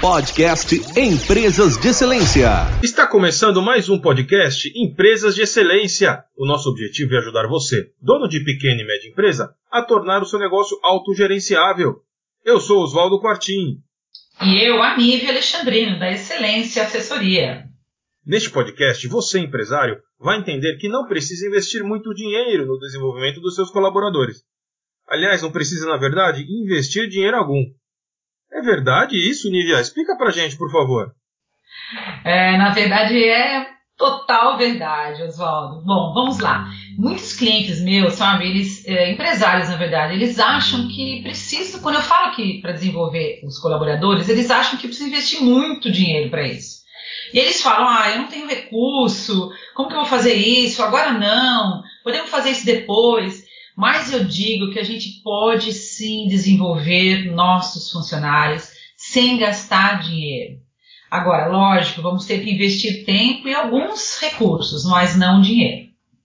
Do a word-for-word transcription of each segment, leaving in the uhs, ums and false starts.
Podcast Empresas de Excelência. Está começando mais um podcast Empresas de Excelência. O nosso objetivo é ajudar você, dono de pequena e média empresa, a tornar o seu negócio autogerenciável. Eu sou Oswaldo Quartim. E eu, a Nívia Alexandrino, da Excelência Assessoria. Neste podcast, você, empresário, vai entender que não precisa investir muito dinheiro no desenvolvimento dos seus colaboradores. Aliás, não precisa, na verdade, investir dinheiro algum. É verdade isso, Nívia? Explica pra gente, por favor. É, na verdade, é total verdade, Oswaldo. Bom, vamos lá. Muitos clientes meus, sabe, eles, é, empresários, na verdade, eles acham que precisa, quando eu falo que para desenvolver os colaboradores, eles acham que precisa investir muito dinheiro para isso. E eles falam, ah, eu não tenho recurso, como que eu vou fazer isso? Agora não, podemos fazer isso depois. Mas eu digo que a gente pode sim desenvolver nossos funcionários sem gastar dinheiro. Agora, lógico, vamos ter que investir tempo e alguns recursos, mas não dinheiro.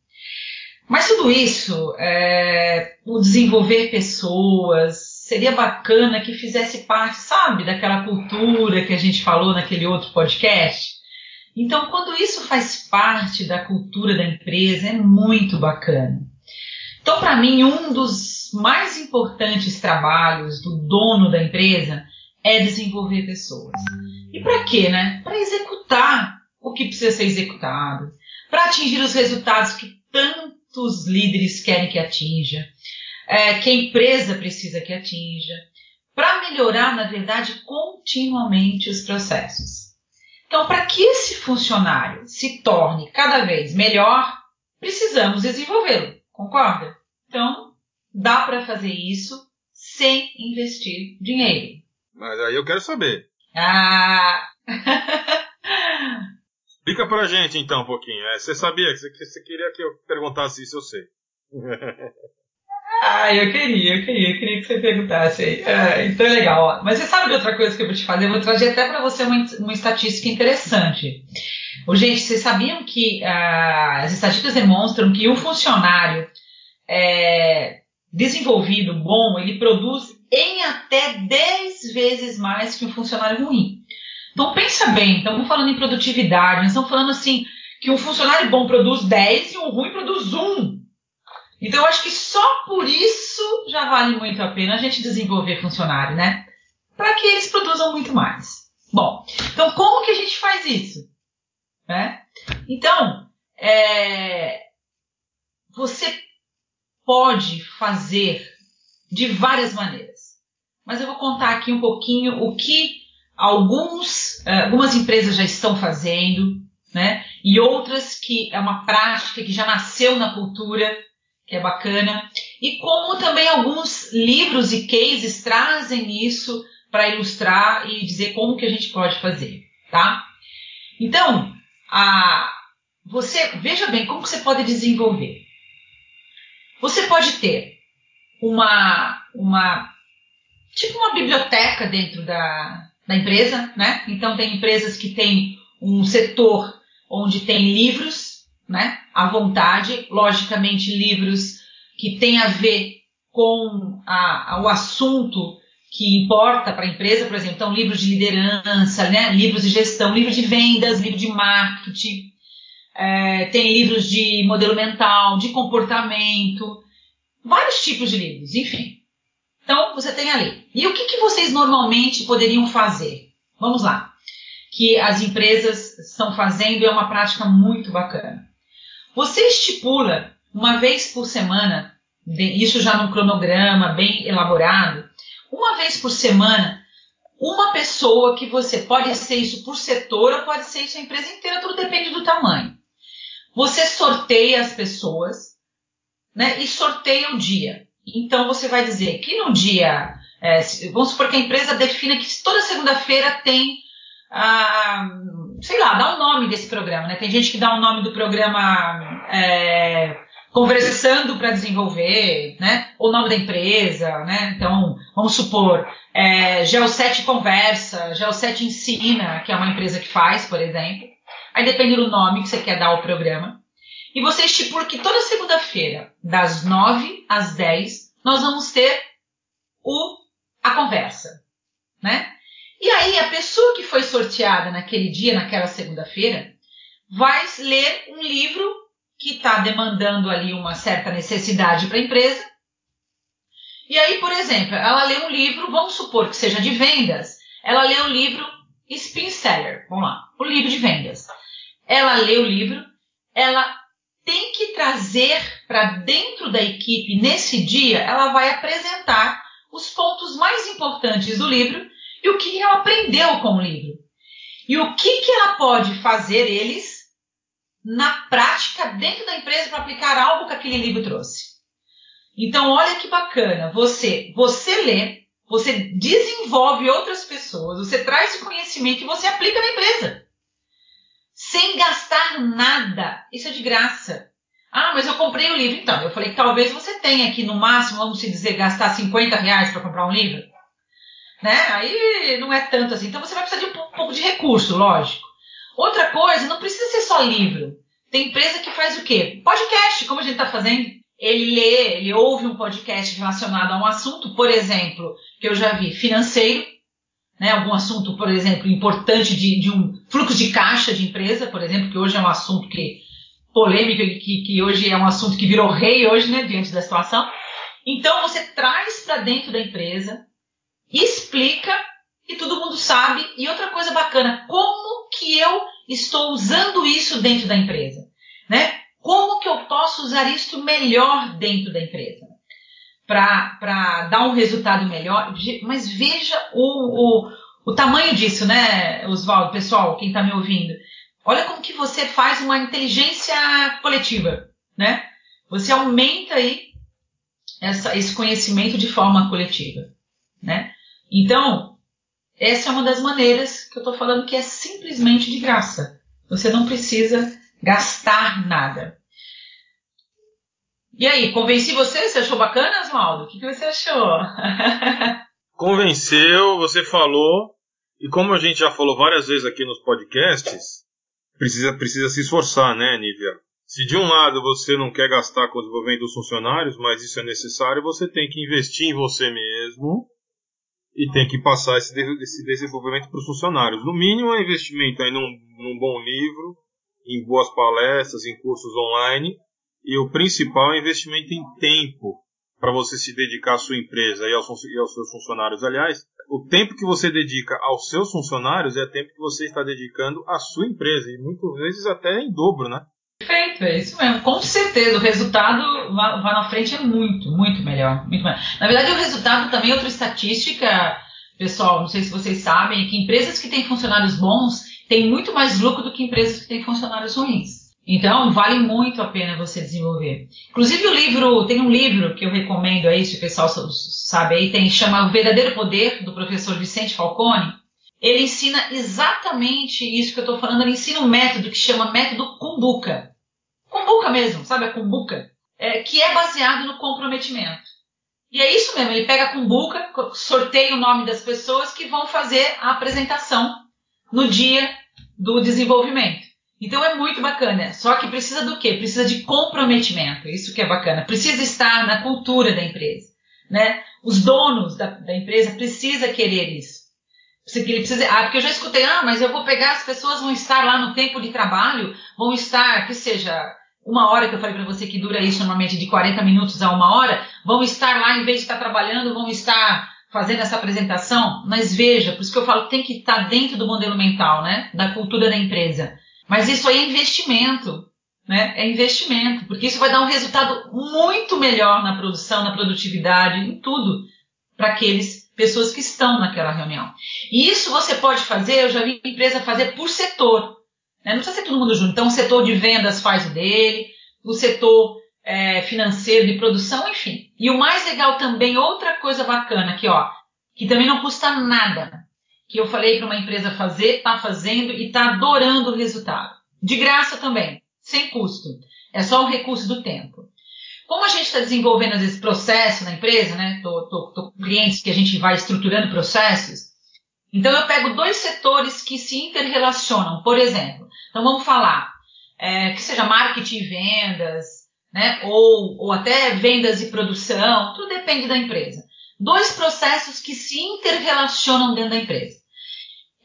Mas tudo isso, é, o desenvolver pessoas, seria bacana que fizesse parte, sabe, daquela cultura que a gente falou naquele outro podcast. Então, quando isso faz parte da cultura da empresa, é muito bacana. Então, para mim, um dos mais importantes trabalhos do dono da empresa é desenvolver pessoas. E para quê, né? Para executar o que precisa ser executado, para atingir os resultados que tantos líderes querem que atinja, é, que a empresa precisa que atinja, para melhorar, na verdade, continuamente os processos. Então, para que esse funcionário se torne cada vez melhor, precisamos desenvolvê-lo. Concorda? Então, dá para fazer isso sem investir dinheiro. Mas aí eu quero saber. Ah! Explica pra gente então um pouquinho. É, você sabia que você, você queria que eu perguntasse isso, eu sei. Ah, eu queria, eu queria, eu queria que você perguntasse aí. Ah, então é legal. Ó. Mas você sabe de outra coisa que eu vou te fazer? Eu vou trazer até para você uma, uma estatística interessante. Ô, gente, vocês sabiam que ah, as estatísticas demonstram que um funcionário é, desenvolvido, bom, ele produz em até dez vezes mais que um funcionário ruim. Então pensa bem, estamos falando em produtividade, nós estamos falando assim, que um funcionário bom produz dez e um ruim produz um. Então eu acho que só por isso já vale muito a pena a gente desenvolver funcionário, né? Para que eles produzam muito mais. Bom, então como que a gente faz isso? Né? Então, é, você pode fazer de várias maneiras. Mas eu vou contar aqui um pouquinho o que alguns, algumas empresas já estão fazendo, né? E outras que é uma prática que já nasceu na cultura, que é bacana, e como também alguns livros e cases trazem isso para ilustrar e dizer como que a gente pode fazer, tá? Então, a, você veja bem como que você pode desenvolver. Você pode ter uma, uma tipo uma biblioteca dentro da, da empresa, né? Então tem empresas que têm um setor onde tem livros, né? À vontade, logicamente livros que têm a ver com a, a, o assunto que importa para a empresa, por exemplo, então livros de liderança, né? Livros de gestão, livros de vendas, livro de marketing, é, tem livros de modelo mental, de comportamento, vários tipos de livros, enfim. Então, você tem ali. E o que, que vocês normalmente poderiam fazer? Vamos lá. Que as empresas estão fazendo e é uma prática muito bacana. Você estipula uma vez por semana, isso já num cronograma bem elaborado, uma vez por semana, uma pessoa que você, pode ser isso por setor ou pode ser isso a empresa inteira, tudo depende do tamanho. Você sorteia as pessoas, né, e sorteia o dia. Então, você vai dizer que no dia, é, vamos supor que a empresa defina que toda segunda-feira tem, ah, sei lá, dá o um nome desse programa, né? Tem gente que dá o um nome do programa é, Conversando para Desenvolver, né? O nome da empresa, né? Então, vamos supor, é, Geo sete Conversa, Geo sete Ensina, que é uma empresa que faz, por exemplo. Aí depende do nome que você quer dar ao programa. E você estipula que toda segunda-feira, das nove às dez, nós vamos ter o, a conversa, né? E aí a pessoa que foi sorteada naquele dia, naquela segunda-feira, vai ler um livro que está demandando ali uma certa necessidade para a empresa. E aí, por exemplo, ela lê um livro, vamos supor que seja de vendas, ela lê o livro Spin Seller, vamos lá, o livro de vendas. Ela lê o livro, ela tem que trazer para dentro da equipe, nesse dia, ela vai apresentar os pontos mais importantes do livro e o que ela aprendeu com o livro. E o que, que ela pode fazer eles na prática dentro da empresa para aplicar algo que aquele livro trouxe. Então, olha que bacana, você, você lê, você desenvolve outras pessoas, você traz esse conhecimento e você aplica na empresa. Sem gastar nada, isso é de graça. Ah, mas eu comprei o livro. Então, eu falei que talvez você tenha aqui no máximo, vamos dizer, gastar cinquenta reais para comprar um livro. Né? Aí não é tanto assim. Então você vai precisar de um pouco de recurso, lógico. Outra coisa, não precisa ser só livro. Tem empresa que faz o quê? Podcast, como a gente está fazendo. Ele lê, ele ouve um podcast relacionado a um assunto, por exemplo, que eu já vi, financeiro, né? Algum assunto, por exemplo, importante de, de um fluxo de caixa de empresa, por exemplo, que hoje é um assunto que, polêmico, que, que hoje é um assunto que virou rei hoje, né, diante da situação. Então você traz para dentro da empresa, explica e todo mundo sabe. E outra coisa bacana, como que eu estou usando isso dentro da empresa? Né? Como que eu posso usar isso melhor dentro da empresa? Para dar um resultado melhor. Mas veja o, o, o tamanho disso, né, Oswaldo, pessoal, quem está me ouvindo. Olha como que você faz uma inteligência coletiva, né? Você aumenta aí essa, esse conhecimento de forma coletiva, né? Então, essa é uma das maneiras que eu estou falando que é simplesmente de graça. Você não precisa gastar nada. E aí, convenci você? Você achou bacana, Oswaldo? O que, que você achou? Convenceu, você falou, e como a gente já falou várias vezes aqui nos podcasts, precisa, precisa se esforçar, né, Nívia? Se de um lado você não quer gastar com o desenvolvimento dos funcionários, mas isso é necessário, você tem que investir em você mesmo e tem que passar esse, esse desenvolvimento para os funcionários. No mínimo, é investimento aí num, num bom livro, em boas palestras, em cursos online, e o principal é investimento em tempo para você se dedicar à sua empresa e aos, e aos seus funcionários. Aliás, o tempo que você dedica aos seus funcionários é o tempo que você está dedicando à sua empresa, e muitas vezes até em dobro, né? Perfeito, é isso mesmo. Com certeza, o resultado lá, lá na frente é muito, muito melhor, muito melhor. Na verdade, o resultado também, outra estatística, pessoal, não sei se vocês sabem, é que empresas que têm funcionários bons têm muito mais lucro do que empresas que têm funcionários ruins. Então, vale muito a pena você desenvolver. Inclusive, o livro, tem um livro que eu recomendo aí, se o pessoal sabe aí, tem, chama O Verdadeiro Poder, do professor Vicente Falcone. Ele ensina exatamente isso que eu estou falando, ele ensina um método que chama método Kumbuka. Kumbuka mesmo, sabe a Kumbuka? É, que é baseado no comprometimento. E é isso mesmo, ele pega a Kumbuka, sorteia o nome das pessoas que vão fazer a apresentação no dia do desenvolvimento. Então é muito bacana, só que precisa do quê? Precisa de comprometimento, isso que é bacana. Precisa estar na cultura da empresa, né? Os donos da, da empresa precisam querer isso. Ele precisa, ah, porque eu já escutei, ah, mas eu vou pegar, as pessoas vão estar lá no tempo de trabalho, vão estar, que seja uma hora, que eu falei para você que dura isso normalmente de quarenta minutos a uma hora, vão estar lá, em vez de estar trabalhando, vão estar fazendo essa apresentação. Mas veja, por isso que eu falo, tem que estar dentro do modelo mental, né? Da cultura da empresa. Mas isso aí é investimento, né? É investimento, porque isso vai dar um resultado muito melhor na produção, na produtividade, em tudo, para aqueles pessoas que estão naquela reunião. E isso você pode fazer, eu já vi a empresa fazer por setor, né? Não precisa ser todo mundo junto. Então o setor de vendas faz o dele, o setor é, financeiro, de produção, enfim. E o mais legal também, outra coisa bacana aqui, ó, que também não custa nada, que eu falei para uma empresa fazer, está fazendo e está adorando o resultado. De graça também, sem custo. É só o recurso do tempo. Como a gente está desenvolvendo esse processo na empresa, né? Tô, tô, tô com clientes que a gente vai estruturando processos. Então eu pego dois setores que se interrelacionam, por exemplo. Então vamos falar é, que seja marketing e vendas, né? Ou, ou até vendas e produção, tudo depende da empresa. Dois processos que se interrelacionam dentro da empresa.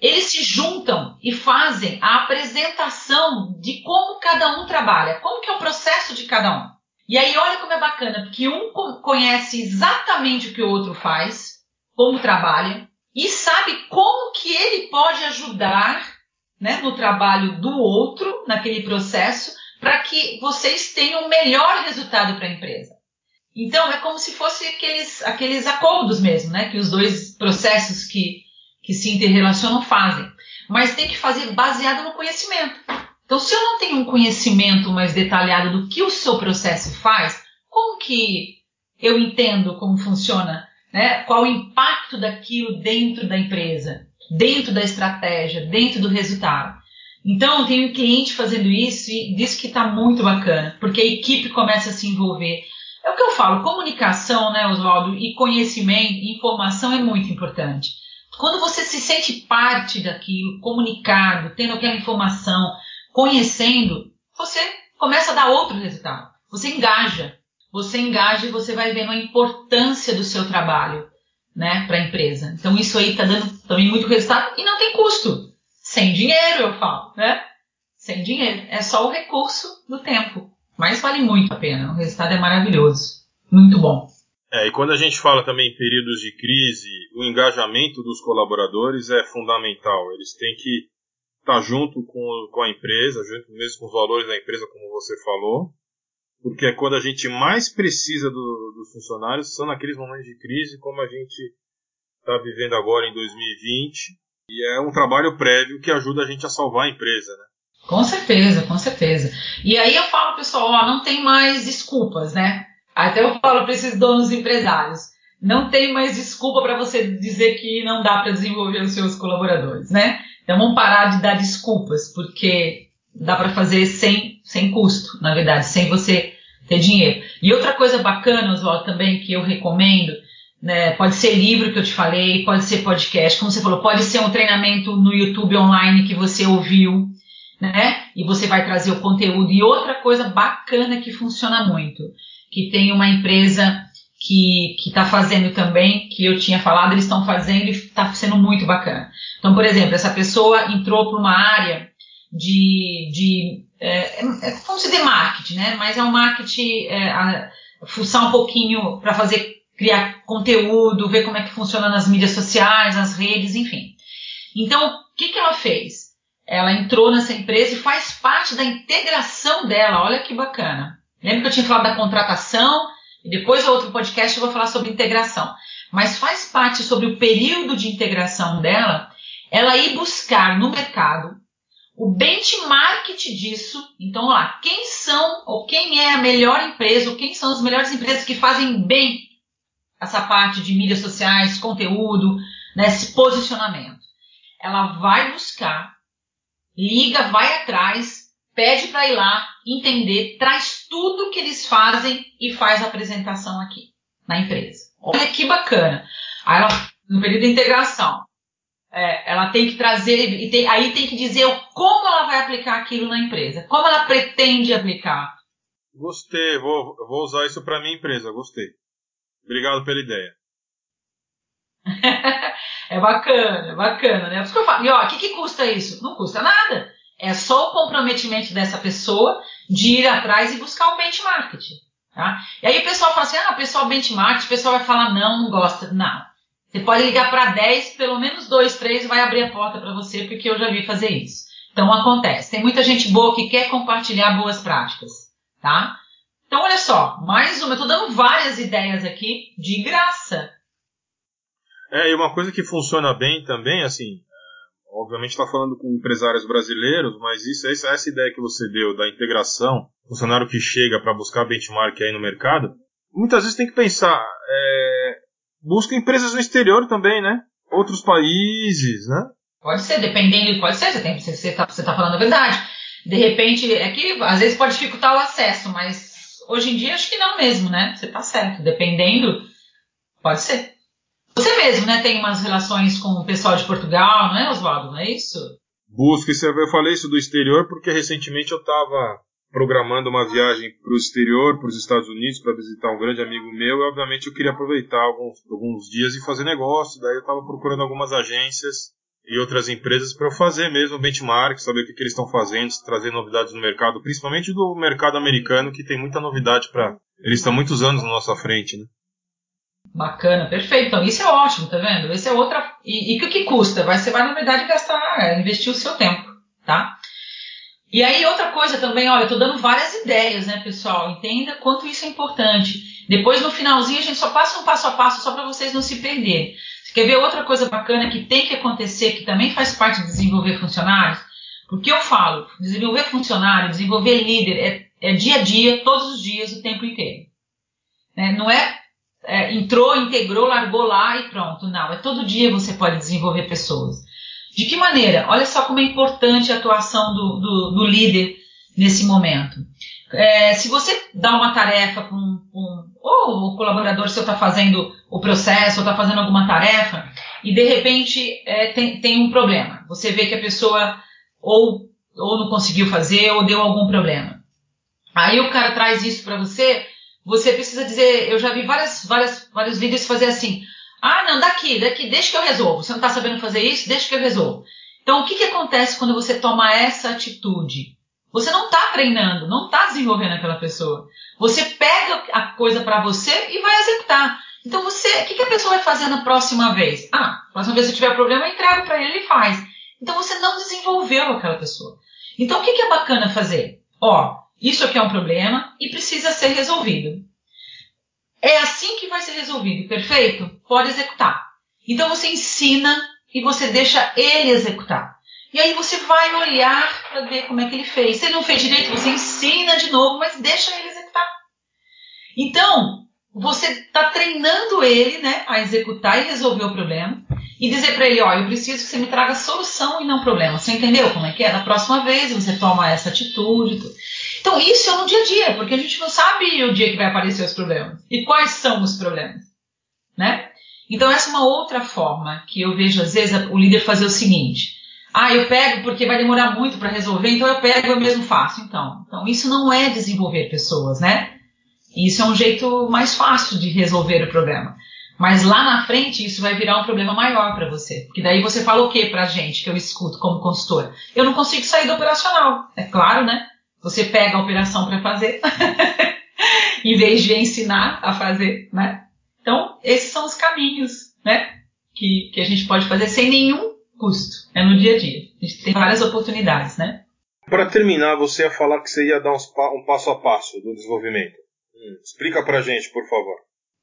eles se juntam e fazem a apresentação de como cada um trabalha, como que é o processo de cada um. E aí olha como é bacana, porque um conhece exatamente o que o outro faz, como trabalha, e sabe como que ele pode ajudar, né, no trabalho do outro, naquele processo, para que vocês tenham o melhor resultado para a empresa. Então é como se fosse aqueles, aqueles acordos mesmo, né, que os dois processos que, que se interrelacionam fazem. Mas tem que fazer baseado no conhecimento. Então, se eu não tenho um conhecimento mais detalhado do que o seu processo faz, como que eu entendo como funciona, né? Qual o impacto daquilo dentro da empresa, dentro da estratégia, dentro do resultado? Então, tem um cliente fazendo isso e diz que está muito bacana, porque a equipe começa a se envolver. É o que eu falo, comunicação, né, Oswaldo, e conhecimento, informação é muito importante. Quando você se sente parte daquilo, comunicado, tendo aquela informação, conhecendo, você começa a dar outro resultado. Você engaja. Você engaja e você vai vendo a importância do seu trabalho, né, para a empresa. Então isso aí está dando também muito resultado e não tem custo. Sem dinheiro, eu falo, né? Sem dinheiro. É só o recurso do tempo. Mas vale muito a pena. O resultado é maravilhoso. Muito bom. É, e quando a gente fala também em períodos de crise, o engajamento dos colaboradores é fundamental. Eles têm que estar junto com, com a empresa, junto mesmo com os valores da empresa, como você falou, porque é quando a gente mais precisa do, dos funcionários, são naqueles momentos de crise, como a gente está vivendo agora em dois mil e vinte, e é um trabalho prévio que ajuda a gente a salvar a empresa, né? Com certeza, com certeza. E aí eu falo, pessoal, ó, não tem mais desculpas, né? Até eu falo para esses donos empresários, não tem mais desculpa para você dizer que não dá para desenvolver os seus colaboradores, né? Então vamos parar de dar desculpas, porque dá para fazer sem, sem custo, na verdade, sem você ter dinheiro. E outra coisa bacana, Oswaldo, também, que eu recomendo, né, pode ser livro que eu te falei, pode ser podcast, como você falou, pode ser um treinamento no YouTube online que você ouviu, né? E você vai trazer o conteúdo. E outra coisa bacana que funciona muito, que tem uma empresa que está fazendo também, que eu tinha falado, eles estão fazendo e está sendo muito bacana. Então, por exemplo, essa pessoa entrou para uma área de, de é, é, como se diz marketing, né? Mas é um marketing, é, a, fuçar um pouquinho para fazer, criar conteúdo, ver como é que funciona nas mídias sociais, nas redes, enfim. Então, o que, que ela fez? Ela entrou nessa empresa e faz parte da integração dela. Olha que bacana. Lembra que eu tinha falado da contratação? E depois, no outro podcast, eu vou falar sobre integração. Mas faz parte sobre o período de integração dela, ela ir buscar no mercado o benchmark disso. Então, lá, quem são ou quem é a melhor empresa, ou quem são as melhores empresas que fazem bem essa parte de mídias sociais, conteúdo, né, esse posicionamento. Ela vai buscar, liga, vai atrás, pede para ir lá, entender, traz tudo que eles fazem e faz a apresentação aqui na empresa. Olha que bacana. Aí ela, no período de integração, é, ela tem que trazer, e tem, aí tem que dizer como ela vai aplicar aquilo na empresa, como ela pretende aplicar. Gostei, vou, vou usar isso para minha empresa, gostei. Obrigado pela ideia. É bacana, é bacana, né? Por isso que eu falo, e ó, o que, que custa isso? Não custa nada. É só o comprometimento dessa pessoa de ir atrás e buscar o benchmark. Tá? E aí o pessoal fala assim, ah, o pessoal benchmark, o pessoal vai falar não, não gosta. Não. Você pode ligar para dez, pelo menos dois, três vai abrir a porta para você, porque eu já vi fazer isso. Então acontece. Tem muita gente boa que quer compartilhar boas práticas. Tá? Então olha só, mais uma, eu estou dando várias ideias aqui de graça. É, e uma coisa que funciona bem também, assim, obviamente está falando com empresários brasileiros, mas isso, essa, essa ideia que você deu da integração, funcionário que chega para buscar benchmark aí no mercado, muitas vezes tem que pensar, é, busca empresas no exterior também, né? Outros países, né? Pode ser, dependendo, pode ser, você, tem, você, você, tá, você tá falando a verdade. De repente, é que às vezes pode dificultar o acesso, mas hoje em dia acho que não mesmo, né? Você tá certo, dependendo, pode ser. Você mesmo, né, tem umas relações com o pessoal de Portugal, não é, Oswaldo? Não é isso? Busco, eu falei isso do exterior porque recentemente eu estava programando uma viagem para o exterior, para os Estados Unidos, para visitar um grande amigo meu, e obviamente eu queria aproveitar alguns, alguns dias e fazer negócio, daí eu estava procurando algumas agências e outras empresas para fazer mesmo benchmark, saber o que, que eles estão fazendo, trazer novidades no mercado, principalmente do mercado americano, que tem muita novidade para... Eles estão muitos anos na nossa frente, né? Bacana, perfeito. Então, isso é ótimo, tá vendo? Esse é outra... E o que, que custa? Vai, você vai, na verdade, gastar, investir o seu tempo, tá? E aí, outra coisa também, olha, eu tô dando várias ideias, né, pessoal? Entenda quanto isso é importante. Depois, no finalzinho, a gente só passa um passo a passo só para vocês não se perderem. Você quer ver outra coisa bacana que tem que acontecer, que também faz parte de desenvolver funcionários? Porque eu falo, desenvolver funcionário, desenvolver líder, é, é dia a dia, todos os dias, o tempo inteiro. Né? Não é, é entrou, integrou, largou lá e pronto. Não, é todo dia você pode desenvolver pessoas. De que maneira? Olha só como é importante a atuação do, do, do líder nesse momento. É, se você dá uma tarefa para um, um, ou o colaborador seu está fazendo o processo, ou está fazendo alguma tarefa, e de repente é, tem, tem um problema. Você vê que a pessoa ou, ou não conseguiu fazer, ou deu algum problema. Aí o cara traz isso para você, você precisa dizer, eu já vi várias, várias, vários líderes fazer assim, ah, não, daqui, daqui, deixa que eu resolvo. Você não está sabendo fazer isso? Deixa que eu resolvo. Então, o que, que acontece quando você toma essa atitude? Você não está treinando, não está desenvolvendo aquela pessoa. Você pega a coisa para você e vai executar. Então, você, o que, que a pessoa vai fazer na próxima vez? Ah, na próxima vez que tiver problema, eu entrego para ele e ele faz. Então, você não desenvolveu aquela pessoa. Então, o que, que é bacana fazer? Ó, isso aqui é um problema e precisa ser resolvido. É assim que vai ser resolvido, perfeito? Pode executar. Então você ensina e você deixa ele executar. E aí você vai olhar para ver como é que ele fez. Se ele não fez direito, você ensina de novo, mas deixa ele executar. Então, você está treinando ele, né, a executar e resolver o problema. E dizer para ele, ó, eu preciso que você me traga solução e não problema. Você entendeu como é que é? Da próxima vez você toma essa atitude. Tudo. Então isso é no dia a dia, porque a gente não sabe o dia que vai aparecer os problemas. E quais são os problemas, né? Então essa é uma outra forma que eu vejo às vezes o líder fazer o seguinte. Ah, eu pego porque vai demorar muito para resolver, então eu pego e eu mesmo faço. Então, então isso não é desenvolver pessoas, né? Isso é um jeito mais fácil de resolver o problema. Mas lá na frente isso vai virar um problema maior para você. Porque daí você fala o quê pra gente que eu escuto como consultora? Eu não consigo sair do operacional. É claro, né? Você pega a operação para fazer, em vez de ensinar a fazer, né? Então, esses são os caminhos, né? Que, que a gente pode fazer sem nenhum custo. É no dia a dia. A gente tem várias oportunidades, né? Para terminar, você ia falar que você ia dar uns pa- um passo a passo do desenvolvimento. Hum, explica pra gente, por favor.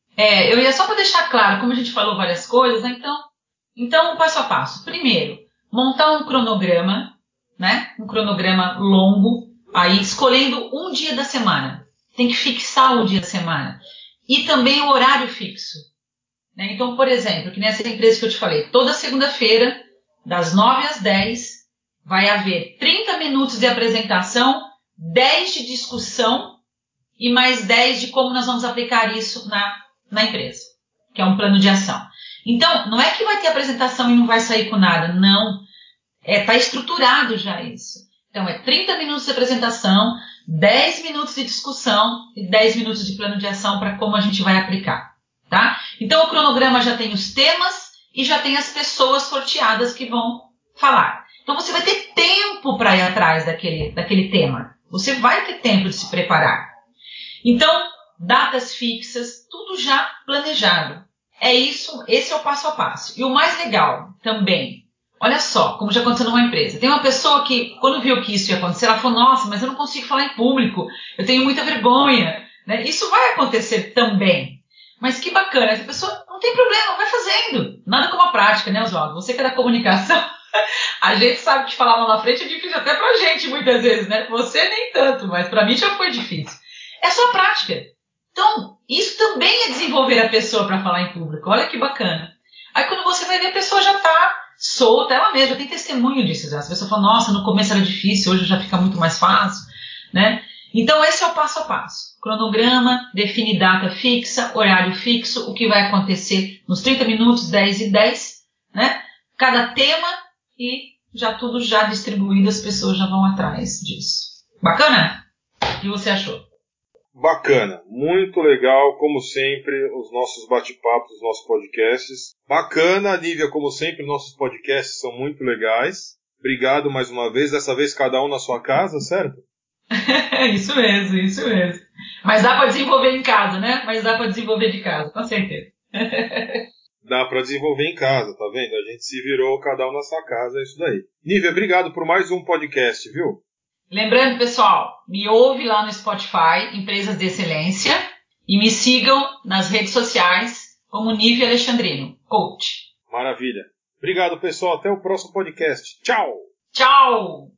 É, eu ia só para deixar claro, como a gente falou várias coisas, né? Então, então, passo a passo. Primeiro, montar um cronograma, né? Um cronograma longo, aí escolhendo um dia da semana. Tem que fixar o dia da semana. E também o horário fixo. Né? Então, por exemplo, que nessa empresa que eu te falei, toda segunda-feira, das nove às dez, vai haver trinta minutos de apresentação, dez de discussão e mais dez de como nós vamos aplicar isso na, na empresa, que é um plano de ação. Então, não é que vai ter apresentação e não vai sair com nada, não. Está é, estruturado já isso. Então, é trinta minutos de apresentação, dez minutos de discussão e dez minutos de plano de ação para como a gente vai aplicar. Tá? Então, o cronograma já tem os temas e já tem as pessoas sorteadas que vão falar. Então, você vai ter tempo para ir atrás daquele, daquele tema. Você vai ter tempo de se preparar. Então, datas fixas, tudo já planejado. É isso, esse é o passo a passo. E o mais legal também, olha só, como já aconteceu numa empresa. Tem uma pessoa que, quando viu que isso ia acontecer, ela falou, nossa, mas eu não consigo falar em público, eu tenho muita vergonha. Né? Isso vai acontecer também. Mas que bacana, essa pessoa não tem problema, vai fazendo. Nada como a prática, né, Oswaldo? Você que é da comunicação, a gente sabe que falar lá na frente é difícil até pra gente muitas vezes, né? Você nem tanto, mas pra mim já foi difícil. É só prática. Então, isso também é desenvolver a pessoa para falar em público. Olha que bacana. Aí quando você vai ver, a pessoa já está solta, ela mesma, tem testemunho disso já. As pessoas falam, nossa, no começo era difícil, hoje já fica muito mais fácil, né? Então esse é o passo a passo. Cronograma, define data fixa, horário fixo, o que vai acontecer nos trinta minutos, dez e dez, né? Cada tema e já tudo já distribuído, as pessoas já vão atrás disso. Bacana? O que você achou? Bacana, muito legal, como sempre, os nossos bate-papos, os nossos podcasts. Bacana, Nívia, como sempre, nossos podcasts são muito legais. Obrigado mais uma vez, dessa vez cada um na sua casa, certo? Isso mesmo, isso mesmo. Mas dá para desenvolver em casa, né? Mas dá para desenvolver de casa, com certeza. Dá para desenvolver em casa, tá vendo? A gente se virou cada um na sua casa, é isso daí. Nívia, obrigado por mais um podcast, viu? Lembrando, pessoal, me ouve lá no Spotify, Empresas de Excelência, e me sigam nas redes sociais como Nívia Alexandrino, coach. Maravilha. Obrigado, pessoal. Até o próximo podcast. Tchau! Tchau!